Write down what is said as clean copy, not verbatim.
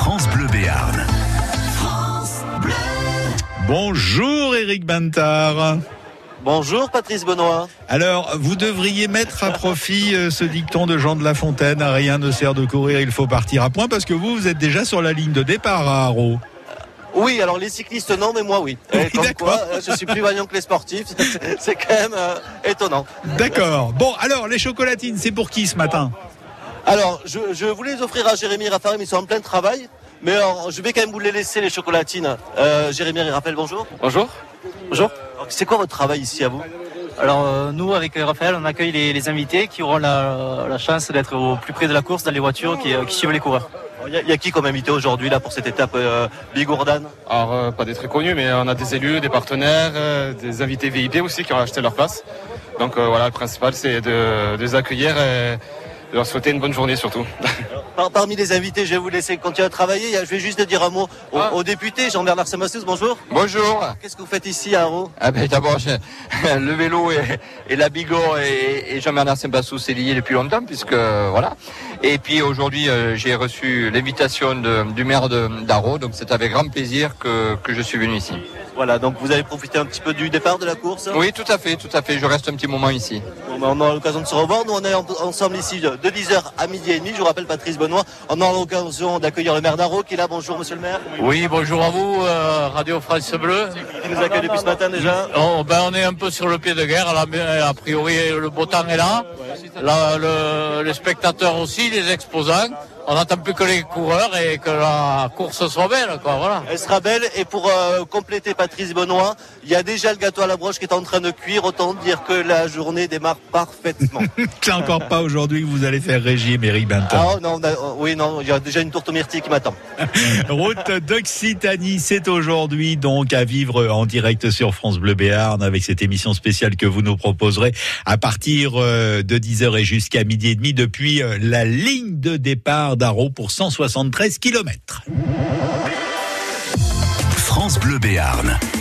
France Bleu Béarn. France Bleu. Bonjour Éric Bintard. Bonjour Patrice Benoît. Alors, vous devriez mettre à profit ce dicton de Jean de La Fontaine, à rien ne sert de courir, il faut partir à point, parce que vous êtes déjà sur la ligne de départ à Haro. Oui, alors les cyclistes non, mais moi oui. Oui, Comme d'accord. quoi, je suis plus vaillant que les sportifs, c'est quand même étonnant. D'accord. Bon, alors, les chocolatines, c'est pour qui ce matin ? Alors, je voulais les offrir à Jérémy et Raphaël, mais ils sont en plein travail. Mais alors, je vais quand même vous les laisser, les chocolatines. Jérémy et Raphaël, bonjour. Bonjour. Bonjour. Alors, c'est quoi votre travail ici à vous ? Alors nous, avec Raphaël, on accueille les invités qui auront la chance d'être au plus près de la course dans les voitures qui suivent les coureurs. Il y a qui comme invité aujourd'hui là pour cette étape Bigourdan ? Alors pas des très connus, mais on a des élus, des partenaires, des invités VIP aussi qui ont acheté leur place. Donc voilà, le principal c'est de les accueillir et de leur souhaiter une bonne journée surtout. Parmi les invités, je vais vous laisser continuer à travailler. Je vais juste dire un mot au député Jean-Bernard Samassous. Bonjour. Bonjour. Qu'est-ce que vous faites ici à Haro ? D'abord, le vélo et la Bigorre et Jean-Bernard Samassous c'est lié depuis longtemps puisque voilà. Et puis aujourd'hui, j'ai reçu l'invitation du maire d'Haro, donc c'est avec grand plaisir que je suis venu ici. Voilà, donc vous avez profité un petit peu du départ de la course ? Oui, tout à fait. Je reste un petit moment ici. Bon, on aura l'occasion de se revoir. Nous, on est ensemble ici de 10h à midi et demi. Je vous rappelle Patrice Benoît. On aura l'occasion d'accueillir le maire d'Haro qui est là. Bonjour, monsieur le maire. Oui, bonjour à vous, Radio France Bleu. Qui nous accueille depuis ce matin déjà. On est un peu sur le pied de guerre. Là, a priori, le beau temps est là. Les spectateurs aussi, les exposants. On n'attend plus que les coureurs et que la course soit belle, quoi, voilà. Elle sera belle. Et pour compléter Patrice Benoît, il y a déjà le gâteau à la broche qui est en train de cuire. Autant dire que la journée démarre parfaitement. C'est encore pas aujourd'hui que vous allez faire régime, Éric Bintard. Ah non, il y a déjà une tourte aux myrtilles qui m'attend. Route d'Occitanie, c'est aujourd'hui donc à vivre en direct sur France Bleu Béarn avec cette émission spéciale que vous nous proposerez à partir de 10h et jusqu'à midi et demi depuis la ligne de départ d'Haro pour 173 km. France Bleu Béarn.